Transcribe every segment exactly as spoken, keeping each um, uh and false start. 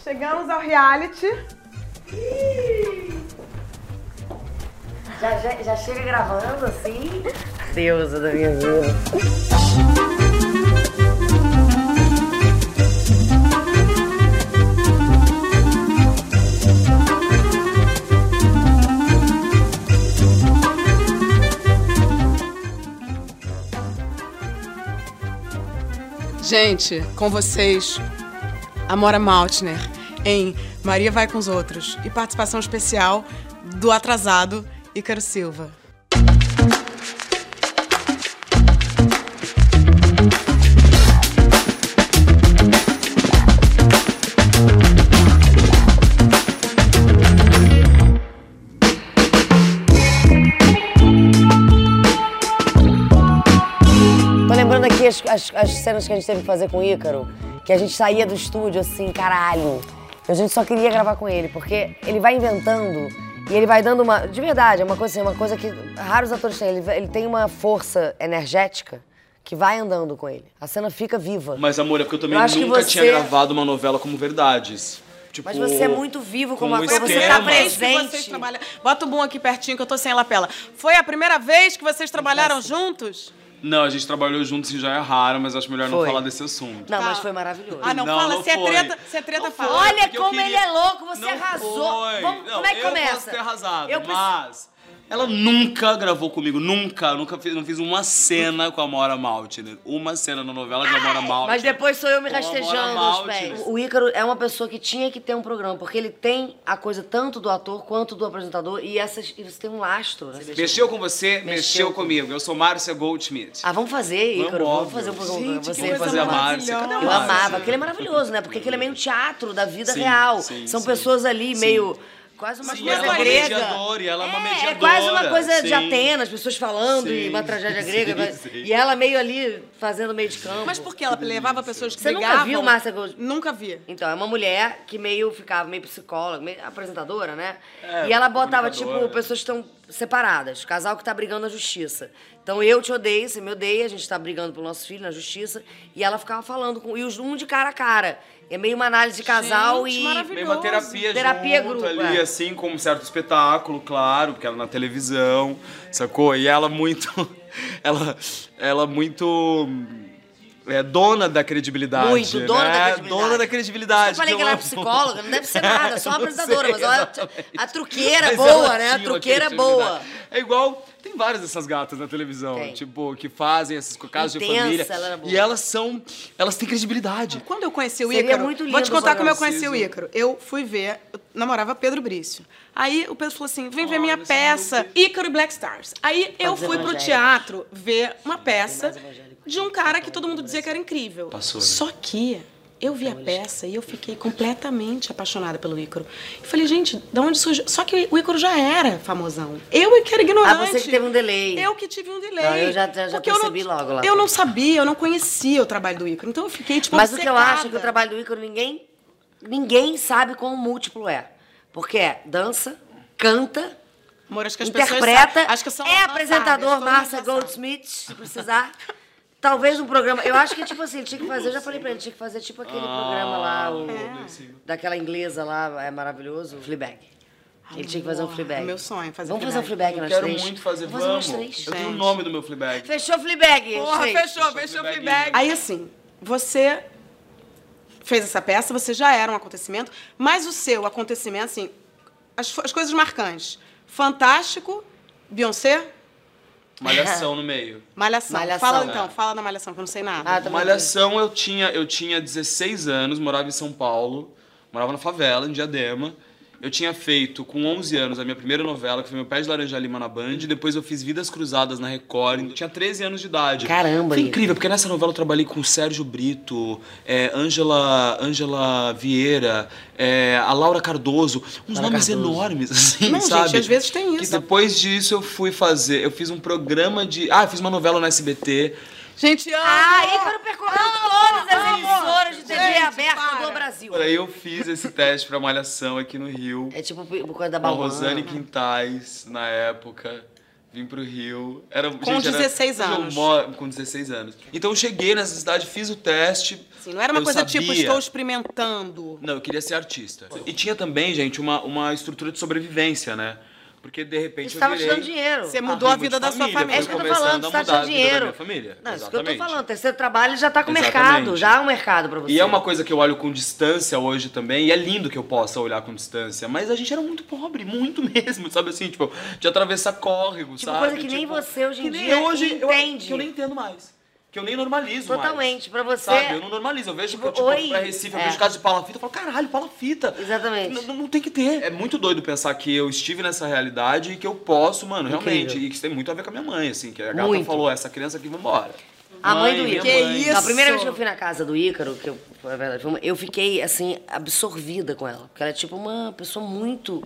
Chegamos ao reality. Já, já, já chega gravando assim? Deusa da minha vida. Gente, com vocês, Amora Maltner, em Maria Vai com os Outros. E participação especial do atrasado Ícaro Silva. As, as, as cenas que a gente teve que fazer com o Ícaro, que a gente saía do estúdio assim, caralho. A gente só queria gravar com ele, porque ele vai inventando e ele vai dando uma... De verdade, é uma coisa assim, uma coisa que raros atores têm. Ele, ele tem uma força energética que vai andando com ele. A cena fica viva. Mas, amor, é porque eu também eu nunca você... tinha gravado uma novela como Verdades. Tipo, mas você é muito vivo como ator, você tá presente. Trabalha... Bota o boom aqui pertinho que eu tô sem lapela. Foi a primeira vez que vocês trabalharam juntos? Não, a gente trabalhou juntos e já é raro, mas acho melhor foi. não falar desse assunto. Não, mas foi maravilhoso. Ah, não, não fala, não se, é treta, se é treta, fala. Olha como queria... ele é louco, você não arrasou. Foi. Vamos, não, como é que eu começa? Eu posso ter arrasado, eu mas... Ela nunca gravou comigo, nunca. Nunca fiz, não fiz uma cena com a Amora Maltner. Uma cena na novela de Amora Maltner. Mas depois sou eu me rastejando os pés. O Ícaro é uma pessoa que tinha que ter um programa, porque ele tem a coisa tanto do ator quanto do apresentador, e essas, e você tem um lastro. Né? Mexeu, mexeu com você, mexeu, mexeu comigo. Eu sou Márcia Goldschmidt. Ah, vamos fazer, Ícaro. Vamos, vamos fazer um programa Gente, pra você. Vamos fazer a Márcia. Cadê a Eu Márcia? amava, porque ele é maravilhoso, né? Porque aquele é meio teatro da vida sim, real. Sim, São sim. pessoas ali sim. meio... Quase uma sim, coisa ela é uma grega. mediadora, e ela é uma mediadora. É quase uma coisa sim. de Atenas, pessoas falando, sim, e uma tragédia grega. Sim, mas... sim. E ela meio ali, fazendo meio de campo. Mas por que ela levava pessoas que Você brigavam? nunca viu, Márcia Gold? Nunca vi. Então, é uma mulher que meio ficava, meio psicóloga, meio apresentadora, né? É, e ela botava, tipo, pessoas que estão separadas, casal que tá brigando na justiça. Então, eu te odeio, você me odeia, a gente tá brigando pelo nosso filho na justiça, e ela ficava falando com... E os um de cara a cara. É meio uma análise de casal gente, e... Meio uma terapia, terapia junto grupo, ali, é. assim, com um certo espetáculo, claro, porque era na televisão, sacou? E ela muito... ela, ela muito... É dona da credibilidade. Muito, dona né? da credibilidade. Dona da credibilidade. Eu falei que, que ela é psicóloga, não deve ser nada, só uma apresentadora. Sei, mas olha, a truqueira é mas boa, né? A truqueira é boa. É igual, tem várias dessas gatas na televisão, tem. tipo, que fazem esses casos Intensa, de família. Ela era boa. E elas são, elas têm credibilidade. Quando eu conheci o Seria Ícaro, muito lindo vou te contar como eu preciso. conheci o Ícaro. Eu fui ver, eu namorava Pedro Brício. Aí o Pedro falou assim, vem ver minha peça, Ícaro e Black Stars. Aí eu fui pro teatro ver uma peça de um cara que todo mundo dizia que era incrível. Passou, né? Só que eu vi a peça e eu fiquei completamente apaixonada pelo Ícaro. Eu falei, gente, de onde surgiu? Só que o Ícaro já era famosão. Eu que era ignorante. Ah, você que teve um delay. Eu que tive um delay. Não, eu já, já, já percebi eu não, logo lá. Eu não sabia, eu não conhecia o trabalho do Ícaro. Então eu fiquei, tipo, Mas o que eu obcecada. acho é que o trabalho do Ícaro, ninguém, ninguém sabe quão múltiplo é. Porque é dança, canta, Amor, acho que as interpreta, pessoas acho que são é apresentador, passadas, Márcia Goldsmith, se precisar. Talvez um programa... Eu acho que, tipo assim, ele tinha que fazer... Eu já falei pra ele, tinha que fazer tipo aquele ah, programa lá, o, é. daquela inglesa lá, é maravilhoso, o Fleabag. Ele tinha que fazer um Fleabag. É meu sonho, fazer Vamos Fleabag. fazer um Fleabag eu nós quero três? muito fazer, vamos. vamos. Fazer nós três. Eu tenho o nome do meu Fleabag. Fechou Fleabag. Porra, fechou, fechou, fechou Fleabag. Aí, assim, você fez essa peça, você já era um acontecimento, mas o seu acontecimento, assim, as, as coisas marcantes. Fantástico, Beyoncé... Malhação no meio. Malhação. Malhação. Fala é. então, fala da Malhação, que eu não sei nada. Ah, Malhação, eu tinha, eu tinha dezesseis anos, morava em São Paulo, morava na favela, em Diadema. Eu tinha feito, com onze anos, a minha primeira novela, que foi Meu Pé de Laranja Lima na Band. Depois eu fiz Vidas Cruzadas na Record. Eu tinha treze anos de idade. Caramba! Foi incrível, porque nessa novela eu trabalhei com o Sérgio Brito, é, Ângela, Ângela Vieira, é, a Laura Cardoso. Uns Laura nomes Cardoso. enormes, assim, Não, sabe? gente, às vezes tem isso. Que depois disso eu fui fazer... Eu fiz um programa de... Ah, eu fiz uma novela no S B T. Gente, amo! Ah, Ícaro percorreu todas as amo. emissoras de T V Gente, aberta para. do Brasil. Aí eu fiz esse teste pra Malhação aqui no Rio. É tipo por coisa da Com a Balmain. Rosane Quintais, na época. Vim pro Rio. Era, com gente, dezesseis era, anos. Eu, com dezesseis anos. Então eu cheguei nessa cidade, fiz o teste. Sim, não era uma coisa sabia... tipo, estou experimentando. Não, eu queria ser artista. E tinha também, gente, uma, uma estrutura de sobrevivência, né? Porque, de repente, Você eu estava virei... te dando dinheiro. Você mudou a vida da sua família. É isso que eu tô falando, você tá te dando dinheiro. Família. Não, Exatamente. isso que eu tô falando. Terceiro trabalho já tá com Exatamente. mercado. Já há um mercado pra você. E é uma coisa que eu olho com distância hoje também, e é lindo que eu possa olhar com distância, mas a gente era muito pobre, muito mesmo, sabe assim, tipo, de atravessar córrego, Tipo, sabe? coisa que nem Tipo, você hoje em que nem dia hoje, entende. Eu, que eu nem entendo mais. Que eu nem normalizo Totalmente. mais. Pra você... Sabe? Eu não normalizo. Eu vejo Tipo, que eu, tipo, oi. pra Recife, eu É. vejo casa de palafita, eu falo, caralho, palafita. Exatamente. Não, não tem que ter. É muito doido pensar que eu estive nessa realidade e que eu posso, mano, realmente. Incrível. E que isso tem muito a ver com a minha mãe, assim, que a gata Muito. falou, essa criança aqui, vambora. A mãe, do minha Ícaro. Que mãe. isso? Não, a primeira vez que eu fui na casa do Ícaro, que eu, na verdade, foi uma- eu fiquei, assim, absorvida com ela. Porque ela é, tipo, uma pessoa muito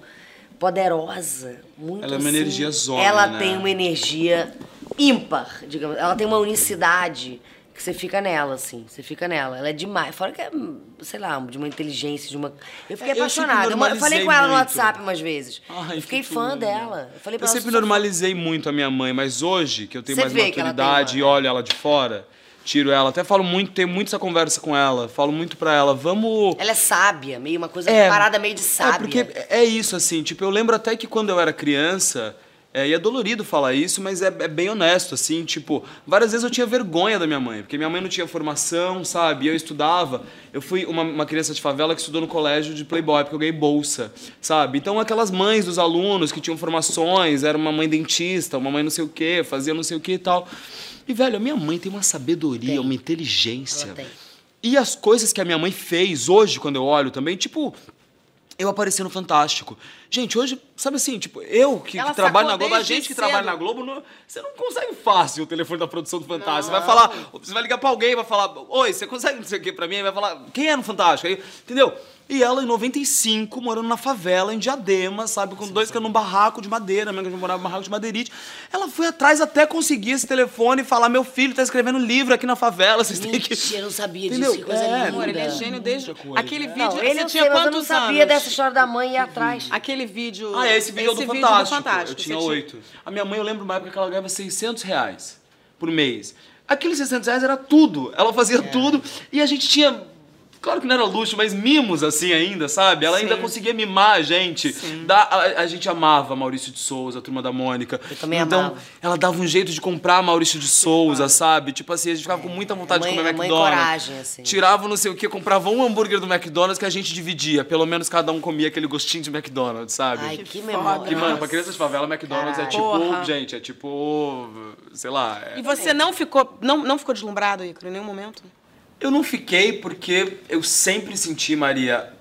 poderosa. Muito, Ela é uma assim, energia zona, Ela né? tem uma energia ímpar, digamos. Ela tem uma unicidade que você fica nela, assim. Você fica nela. Ela é demais. Fora que é, sei lá, de uma inteligência, de uma... Eu fiquei É, eu apaixonada. sempre Eu, eu falei normalizei com ela no muito. WhatsApp umas vezes. Ai, eu fiquei que fã tudo. dela. Eu falei pra Eu ela, sempre "Sou sua fã." normalizei muito a minha mãe, mas hoje, que eu tenho Você mais vê que ela tem maturidade uma- e olho ela de fora, tiro ela. Até falo muito, tenho muito essa conversa com ela. Falo muito pra ela, vamos... Ela é sábia, meio uma coisa, É, parada meio de sábia. É, porque é isso, assim, tipo, eu lembro até que quando eu era criança, é, e é dolorido falar isso, mas é, é bem honesto, assim, tipo, várias vezes eu tinha vergonha da minha mãe, porque minha mãe não tinha formação, sabe, e eu estudava, eu fui uma, uma criança de favela que estudou no colégio de Playboy, porque eu ganhei bolsa, sabe, então aquelas mães dos alunos que tinham formações, era uma mãe dentista, uma mãe não sei o quê, fazia não sei o quê e tal, e, velho, a minha mãe tem uma sabedoria, Tem. uma inteligência, Ela tem. e as coisas que a minha mãe fez hoje, quando eu olho também, tipo... Eu apareci no Fantástico. Gente, hoje, sabe assim, tipo, eu que, Ela que trabalho sacou na Globo, a desde gente que cedo. trabalha na Globo, não- você não consegue fácil o telefone da produção do Fantástico. Você vai falar, você vai ligar pra alguém, vai falar, oi, você consegue não sei o que pra mim? Aí vai falar, quem é no Fantástico? Aí, entendeu? E ela, em noventa e cinco, morando na favela, em Diadema, sabe? Com dois que num barraco de madeira, mesmo que a gente morava num barraco de madeirite. Ela foi atrás até conseguir esse telefone e falar, meu filho tá escrevendo livro aqui na favela, vocês têm que... Mentira, eu não sabia Entendeu? disso, que coisa É, linda. Amor, ele é gênio desde... Muita coisa. Aquele vídeo, Não, ele você eu tinha sei, mas eu quantos não sabia anos? dessa história da mãe e ir atrás. Aquele vídeo... Ah, é esse vídeo esse do vídeo Fantástico. Fantástico. Eu tinha Você oito. A minha mãe, eu lembro uma época que ela ganhava seiscentos reais por mês. Aqueles seiscentos reais era tudo. Ela fazia É. tudo. E a gente tinha... Claro que não era luxo, mas mimos assim ainda, sabe? Ela ainda Sim. conseguia mimar a gente. Da, a, a gente amava Maurício de Souza, a Turma da Mônica. Eu também então, amava. ela dava um jeito de comprar Maurício de Souza, sabe? Tipo assim, a gente ficava com muita vontade mãe- de comer a mãe McDonald's. coragem, assim. Tirava não sei o que, comprava um hambúrguer do McDonald's que a gente dividia. Pelo menos cada um comia aquele gostinho de McDonald's, sabe? Ai, Que que foda. memória. Que, mano, pra criança de favela, McDonald's é Caralho. tipo, Porra. gente, é tipo, sei lá. é- E você não ficou, não, não ficou deslumbrado, Ícaro, em nenhum momento? Eu não fiquei porque eu sempre senti, Maria,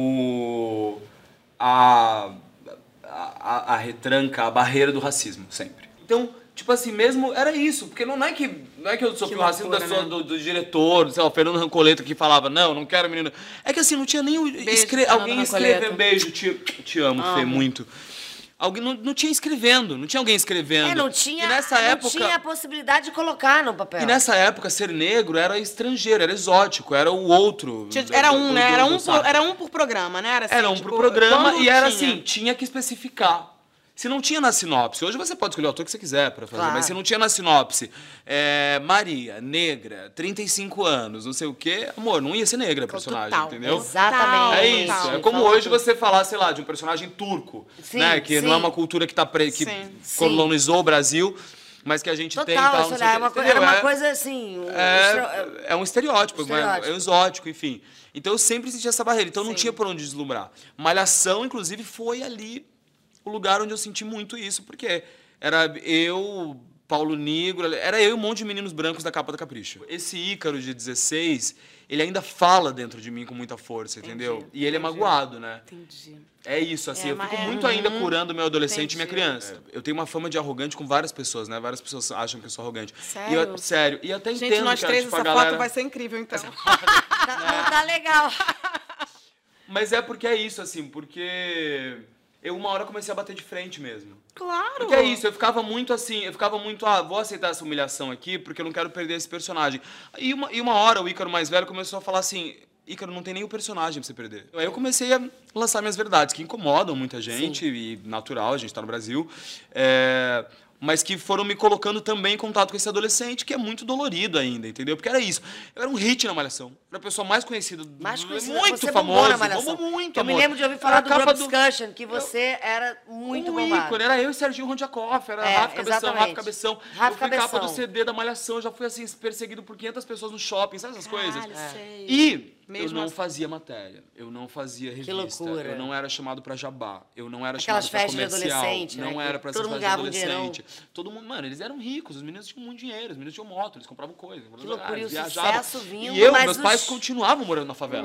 o... a... a, a retranca, a barreira do racismo, sempre. Então, tipo assim, mesmo era isso, porque não é que, não é que eu sofri o racismo da loucura, sua, né? do, do diretor, sei lá, o Fernando Rancoleto que falava, não, não quero menino. É que assim, não tinha nem o, escre- Fernando alguém Rancoleto. escrever beijo, te, te amo, Fê, muito. Alguém não, não tinha escrevendo, não tinha alguém escrevendo. É, não tinha, E nessa não época, tinha a possibilidade de colocar no papel. e nessa época, ser negro era estrangeiro, era exótico, era o outro. Tinha- do- Era do- um, do- né? do- Era do um, saco. por, era um por programa, né? Era, assim, Era um tipo, pro programa quando e era tinha. assim, tinha que especificar. Se não tinha na sinopse, hoje você pode escolher o ator que você quiser pra fazer, Claro. mas se não tinha na sinopse, é, Maria, negra, trinta e cinco anos, não sei o quê, amor, não ia ser negra a personagem, Total. entendeu? Exatamente. É isso, Total. é como Falou hoje tudo. você falar, sei lá, de um personagem turco, Sim, né, que sim. não é uma cultura que, tá pre... que Sim. colonizou o Brasil, mas que a gente tem e Total, tal, isso não sei era o quê, uma, co- entendeu? era uma É- coisa assim... um extra- é, é um estereótipo, Estereótipo. É, é exótico, enfim. Então eu sempre senti essa barreira, então não tinha por onde deslumbrar. Malhação, inclusive, foi ali o lugar onde eu senti muito isso, porque era eu, Paulo Nigro, era eu e um monte de meninos brancos da capa da Capricho. Esse Ícaro de dezesseis, ele ainda fala dentro de mim com muita força, entendeu? Entendi, E ele é entendi. magoado, né? Entendi. É isso, assim, É, eu mas fico é, muito uhum. ainda curando meu adolescente e minha Entendi. criança. Eu tenho uma fama de arrogante com várias pessoas, né? Várias pessoas acham que eu sou arrogante. Sério? E eu- sério. E até Gente, entendo nós que, três, tipo, essa a galera... foto vai ser incrível, então. Tá, não tá legal. Mas é porque é isso, assim, porque eu uma hora comecei a bater de frente mesmo. Claro. Porque é isso, eu ficava muito assim, eu ficava muito, ah, vou aceitar essa humilhação aqui porque eu não quero perder esse personagem. E uma, e uma hora o Ícaro mais velho começou a falar assim, Ícaro, não tem nem o personagem pra você perder. Aí eu comecei a lançar minhas verdades, que incomodam muita gente, e natural, a gente tá no Brasil. É, mas que foram me colocando também em contato com esse adolescente, que é muito dolorido ainda, entendeu? Porque era isso. Eu era um hit na Malhação. Era a pessoa mais conhecida. Mais conhecida. Muito você famosa. Na Malhação. Bombou muito, Eu amor. me lembro de ouvir falar Era do Group Discussion, que você eu... era muito um bombado. ícone. Era eu e Serginho Rondjakov, era é, Rafa Cabeção, exatamente. Rafa Cabeção. Rafa eu fui Cabeção. capa do C D da Malhação, já fui assim, perseguido por quinhentas pessoas no shopping, sabe essas Caralho, coisas? sei. E Mesmo eu não assim. fazia matéria, eu não fazia revista, loucura. eu não era chamado pra jabá, eu não era Aquelas chamado pra festas de comercial, adolescente, não né? era pra Todo essas mundo festas de ganhava um dinheirão. adolescente. Todo mundo, mano, eles eram ricos, os meninos tinham muito dinheiro, os meninos tinham moto, eles compravam coisas. Que loucura, e o viajavam. sucesso vindo, E eu, mas meus os... pais continuavam morando na favela.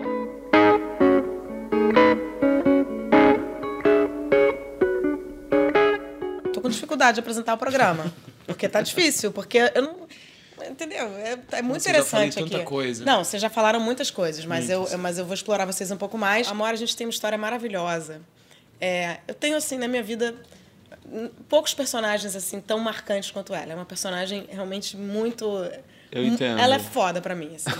Tô com dificuldade de apresentar o programa, porque tá difícil, porque eu não... Entendeu? É, é muito Nossa, eu já falei interessante tanta aqui. coisa. Não, vocês já falaram muitas coisas, mas eu, Muitas. eu- mas eu vou explorar vocês um pouco mais. A Amora, a gente tem uma história maravilhosa. É, eu tenho, assim, na minha vida, n- poucos personagens, assim, tão marcantes quanto ela. É uma personagem realmente muito... Eu entendo. Ela é foda pra mim, assim.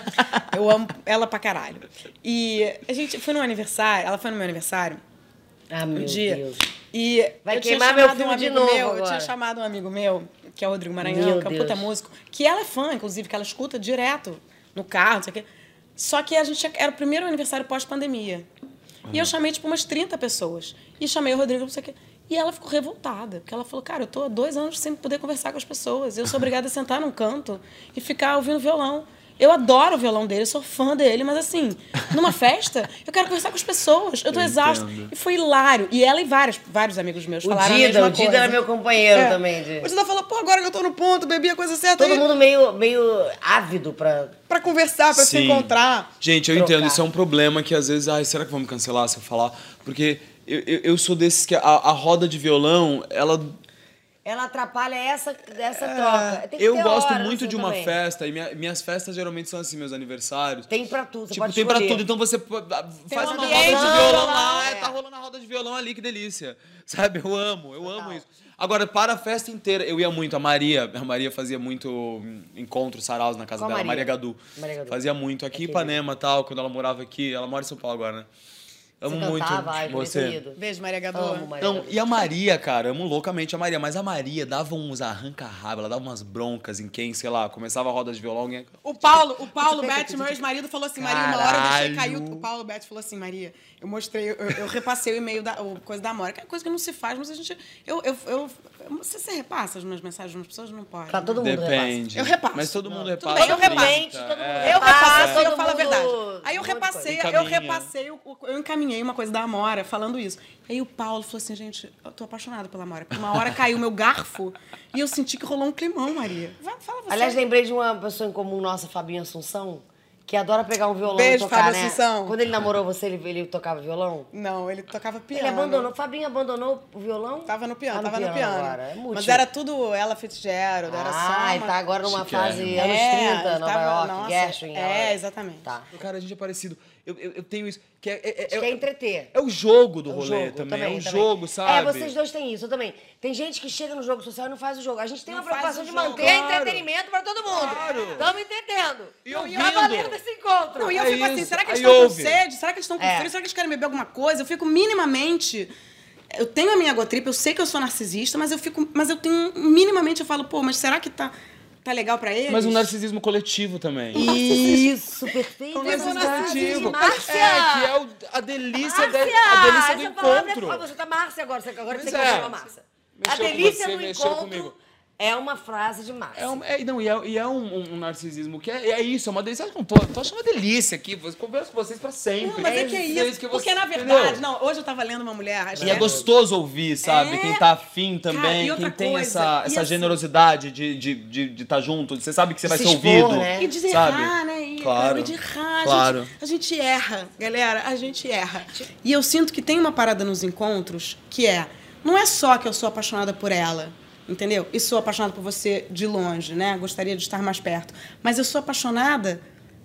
Eu amo ela pra caralho. E a gente foi no aniversário, ela foi no meu aniversário, Ah, um meu dia. Deus. E Vai eu tinha queimar meu chamado filme um de amigo novo meu, Eu agora. tinha chamado um amigo meu, que é o Rodrigo Maranhão, Meu que é um Deus. puta músico, que ela é fã, inclusive, que ela escuta direto no carro, não sei o quê. Só que a gente tinha- era o primeiro aniversário pós-pandemia. E eu chamei, tipo, umas trinta pessoas. E chamei o Rodrigo, não sei o quê. E ela ficou revoltada, porque ela falou, cara, eu tô há dois anos sem poder conversar com as pessoas. Eu sou obrigada a sentar num canto e ficar ouvindo violão. Eu adoro o violão dele, eu sou fã dele, mas assim, numa festa, eu quero conversar com as pessoas. Eu tô Eu exausta. entendo. E foi hilário. E ela e vários, vários amigos meus O falaram a Dida, mesma o Dida coisa. era meu companheiro É. também. De... O Dida falou, pô, agora que eu tô no ponto, bebi a coisa certa. Todo aí, mundo meio, meio ávido pra... Pra conversar, pra se Sim. encontrar. Gente, eu Trocar. entendo, isso é um problema que às vezes, ai, será que vão me cancelar se eu falar? Porque eu, eu, eu sou desses que a, a roda de violão, ela... Ela atrapalha essa, essa troca. Tem que Eu ter gosto hora, muito assim, de uma também. festa, e minha- minhas festas geralmente são assim, meus aniversários. Tem pra tudo, você Tipo, pode tem pra escolher. tudo, então você pô, faz um uma roda ambiente de violão lá, lá, é. tá rolando a roda de violão ali, que delícia. Sabe, eu amo, eu amo isso. Agora, para a festa inteira, eu ia muito, a Maria, a Maria fazia muito hum, encontros, saraus na casa Qual dela, Maria? Maria Gadu. Maria Gadu. Fazia muito, aqui em querida. Ipanema e tal, quando ela morava aqui, ela mora em São Paulo agora, né? Amo Você muito cantava, ai, você. querido. Beijo, Maria Gadu. Amo, Maria Não, Gadu. e a Maria, cara, amo loucamente a Maria, mas a Maria dava uns arranca-rabo, ela dava umas broncas em quem, sei lá, começava a roda de violão, alguém... O Paulo, o Paulo Beth, meu ex-marido, falou assim, Maria, uma hora eu deixei cair Caralho. o... O Paulo Beth falou assim, Maria, eu mostrei, eu, eu repassei o e-mail da o coisa da Amora, que é coisa que não se faz, mas a gente... Eu, eu, eu, você, você repassa as minhas mensagens das pessoas? Não pode. Pra todo mundo Depende. Eu repasso. Mas todo mundo repassa. bem, eu trinta, repasso, todo mundo é. Eu repassei, todo eu falo a mundo- verdade. Aí eu um monte de repassei, coisa. eu Encaminha. repassei, o- o- eu encaminhei uma coisa da Amora falando isso. Aí o Paulo falou assim, gente, eu tô apaixonada pela Amora. Porque uma hora caiu meu garfo e eu senti que rolou um climão, Maria. Vai, fala você. Aliás, lembrei de uma pessoa em comum nossa, Fabinho Assunção, que adora pegar um violão Beijo, e tocar, Fábio né? Assunção. Quando ele namorou você, ele, ele tocava violão? Não, ele tocava piano. Ele abandonou, Fabinho abandonou o violão? Tava no piano, Tá tava no piano. agora, é multi. Mas era tudo ela Fitzgerald, era só Ah, uma... ele tá agora numa Chiquérrimo. fase anos É, trinta, ele Nova tava- York, nossa, Gershwin. É, ela- exatamente. Tá. Cara, a gente é parecido. Eu, eu, eu tenho isso, que é... é, Acho é, que é entreter. é o jogo do É o rolê jogo, também, é um também. jogo, sabe? É, vocês dois têm isso, eu também. Tem gente que chega no jogo social e não faz o jogo. A gente tem Não uma faz preocupação o de jogo. manter Claro. entretenimento pra todo mundo. Claro. Estamos entendendo. E Não, ouvindo. tá valendo esse encontro. Não, e eu É fico assim, isso. será que eles Aí estão com ouve. sede? Será que eles estão com É. frio? Será que eles querem beber alguma coisa? Eu fico minimamente... Eu tenho a minha egotrip, eu sei que eu sou narcisista, mas eu fico... Mas eu tenho... Minimamente eu falo, pô, mas será que tá, tá legal pra eles? Mas um narcisismo coletivo também. Isso, perfeito. Um narcisismo Exato. coletivo. Márcia! É, que é o- a delícia, Márcia! de- a delícia do Essa palavra é encontro. foda. Você tá Márcia agora, você, agora Pois você é. quer falar Márcia. A Mexeu com delícia você, do mexeu encontro comigo. é uma frase de Márcia. É, um, é, não, e é, e é um, um- um narcisismo que é, é isso, é uma delícia. Eu não tô, tô achando uma delícia aqui. Eu converso com vocês pra sempre. Não, mas é que é isso. que Porque, você- na entendeu? verdade... Não, hoje eu tava lendo uma mulher... acho E que é gostoso ouvir, sabe? É. Quem tá afim Cara, também, e outra quem tem coisa, essa, e essa assim- generosidade de estar de, de, de tá junto. Você sabe que você vai Se ser expor, ouvido. né? E de sabe? errar, né? E, Claro. E de errar. Claro. A, gente, a gente erra, galera. A gente erra. E eu sinto que tem uma parada nos encontros que é... Não é só que eu sou apaixonada por ela, entendeu? E sou apaixonada por você de longe, né? Gostaria de estar mais perto. Mas eu sou apaixonada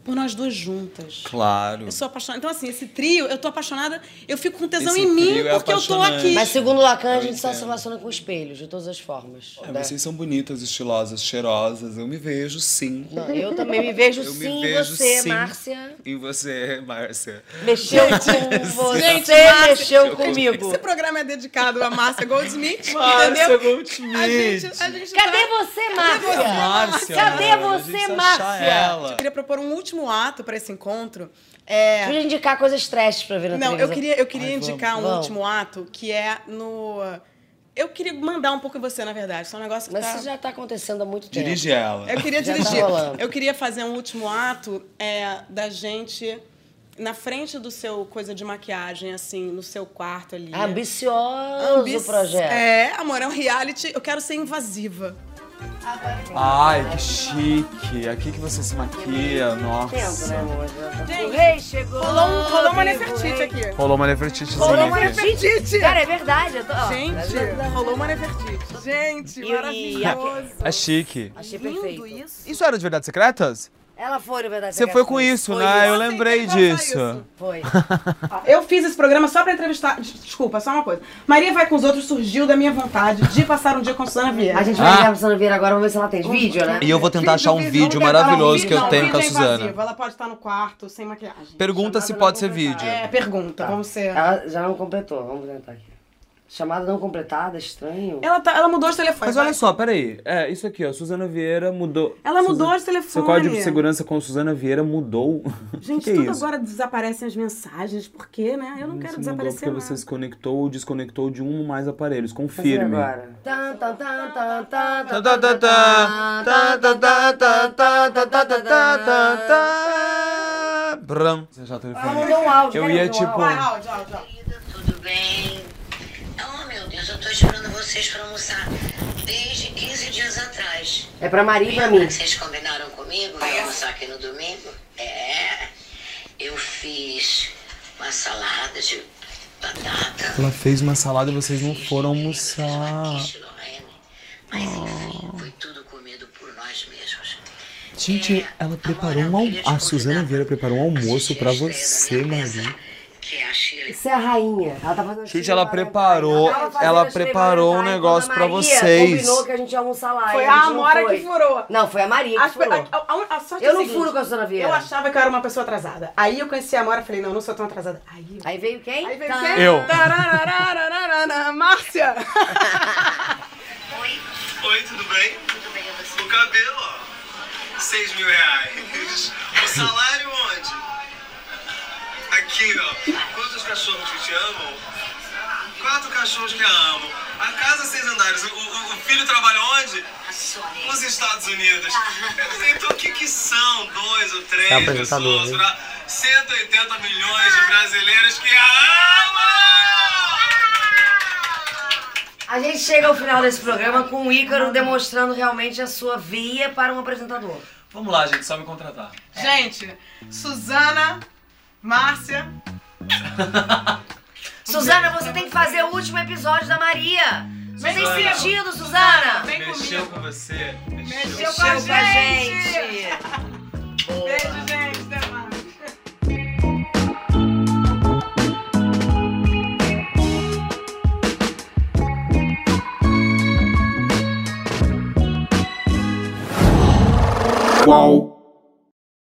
por nós duas juntas. Claro. Eu sou apaixonada. Então, assim, esse trio, eu tô apaixonada, eu fico com tesão Esse em mim trio é porque eu tô apaixonante. aqui. Mas segundo o Lacan, a Eu gente só entendo. se relaciona com espelhos, de todas as formas. É, né? vocês são bonitas, estilosas, cheirosas. Eu me vejo, sim. Não, eu também me vejo Eu me sim em vejo, você, sim. Márcia. Em você, Márcia. Mexeu com você, Gente, Márcia, mexeu comigo. Esse programa é dedicado a Márcia Goldsmith, Márcia entendeu? Goldschmidt. A gente, a gente Cadê tá- você, Márcia? Márcia. Cadê mano, a você, gente precisa Márcia? achar ela. Eu queria propor um último ato para esse encontro. É... Deixa eu indicar coisas trash pra ver na Não, eu televisão. queria, eu queria Ai, indicar um vamos. último ato que é no... Eu queria mandar um pouco em você, na verdade. Isso é um negócio que Mas tá... isso já tá acontecendo há muito tempo. Dirige ela. Eu queria Já tá dirigir. rolando. Eu queria fazer um último ato é, da gente na frente do seu coisa de maquiagem, assim, no seu quarto ali. Ambicioso Ambic- o projeto. É, amor, é um reality. Eu quero ser invasiva. Ai, que chique. Aqui que você se maquia, nossa. Tempo, né, amor? Já tá- Gente, O rei chegou. Rolou, um, rolou uma vivo, Nefertiti rei. aqui. Rolou uma Nefertitizinha Rolou uma aqui. Nefertiti. Cara, é verdade. Eu tô, ó. Gente, rolou uma Nefertiti. Gente, E- e- maravilhoso. É chique. Achei Lindo perfeito. isso. Isso era de Verdades Secretas? Ela foi, na verdade. Você foi com isso, Foi né? Eu isso. lembrei Você tem que disso. contar isso. Foi. Ó, Eu fiz esse programa só pra entrevistar. Des- Desculpa, só uma coisa. Maria Vai com os Outros surgiu da minha vontade de passar um dia com a Susana Vieira. A gente vai ligar pra Susana Vieira agora, vamos ver se ela tem vídeo, né? E eu vou tentar achar um Vídeo, vídeo não, maravilhoso não, que eu não, tenho vídeo com a é Suzana. invasivo. Ela pode estar no quarto sem maquiagem. Pergunta se Chamada pode não ser completada. vídeo. É, pergunta. Vamos ser. Ela já não completou, vamos tentar aqui. Chamada não completada, estranho. Ela, tá, ela mudou os telefones. Mas olha só, peraí. É, isso aqui, ó. Suzana Vieira mudou. Ela mudou Suza- os telefones. Seu código de segurança com Suzana Vieira mudou. Gente, que, que é tudo isso? agora desaparecem as mensagens. Por quê, né? Eu não quero Isso mudou desaparecer porque nada. você se conectou ou desconectou de um ou mais aparelhos. Fazer Confirme. agora. Tan, tan, tan, tan, tan, Tá, tan, tá, tá, tan, tá. tan, Tá, tan, tá, tá, tan, tá, tá, tá, tan, tá, tá, tá, tá, tá. Bram. Você já Ela telefone. mandou um áudio. Eu quer ia ouvir um tipo. áudio? Vai, áudio, áudio, áudio. Querida, tudo bem? Oh, meu Deus, eu tô esperando vocês pra almoçar desde quinze dias atrás. É pra Maria e pra Lembra mim. que vocês combinaram comigo de almoçar aqui no domingo? É, eu fiz uma salada de batata. Ela fez uma salada e vocês não foram Fiz uma almoçar. quiche Lorraine. Mas enfim, foi tudo comido por nós mesmos. Gente, É, ela amor, preparou eu um queria te almoço. A Suzana convidar Vieira preparou um pra almoço assistir pra a estreia da você, minha peça, Maria. que é a Shirley. Isso é a rainha. Ela tá fazendo Gente, ela preparou- Ela tava fazendo ela a Shirley preparou um Valentine negócio quando pra a Maria vocês. combinou que a gente ia almoçar lá. Foi e a gente não Amora foi. que furou. Não, foi a Maria que Acho que furou. a, a, a sorte Eu é o não seguinte, furo com a Susana Vieira. Eu achava que eu era uma pessoa atrasada. Aí eu conheci a Amora e falei, não, eu não sou tão atrasada. Aí, eu- Aí veio quem? aí veio Tá. quem? Eu. Tararararararara, Márcia! Oi, Oi, tudo bem? tudo bem, e você? O cabelo, ó. Seis mil reais. O salário onde? Aqui, ó. Quantos cachorros que te amam? Quatro cachorros que a amam. A casa seis andares. O, o- o filho trabalha onde? A Sônia. Nos Estados Unidos. Então, o que que são dois ou três É apresentador, pessoas hein? pra cento e oitenta milhões de brasileiros que a amam? A gente chega ao final desse programa com o Ícaro demonstrando realmente a sua via para um apresentador. Vamos lá, gente, só me contratar. Gente, Suzana, Márcia... Suzana, você tem que fazer o último episódio da Maria. Não tem Suzana. sentido, Suzana. Vem Mexeu comigo. com você? Mexeu. Mexeu com a Mexeu com a gente. gente. Beijo, gente. Até mais. Qual?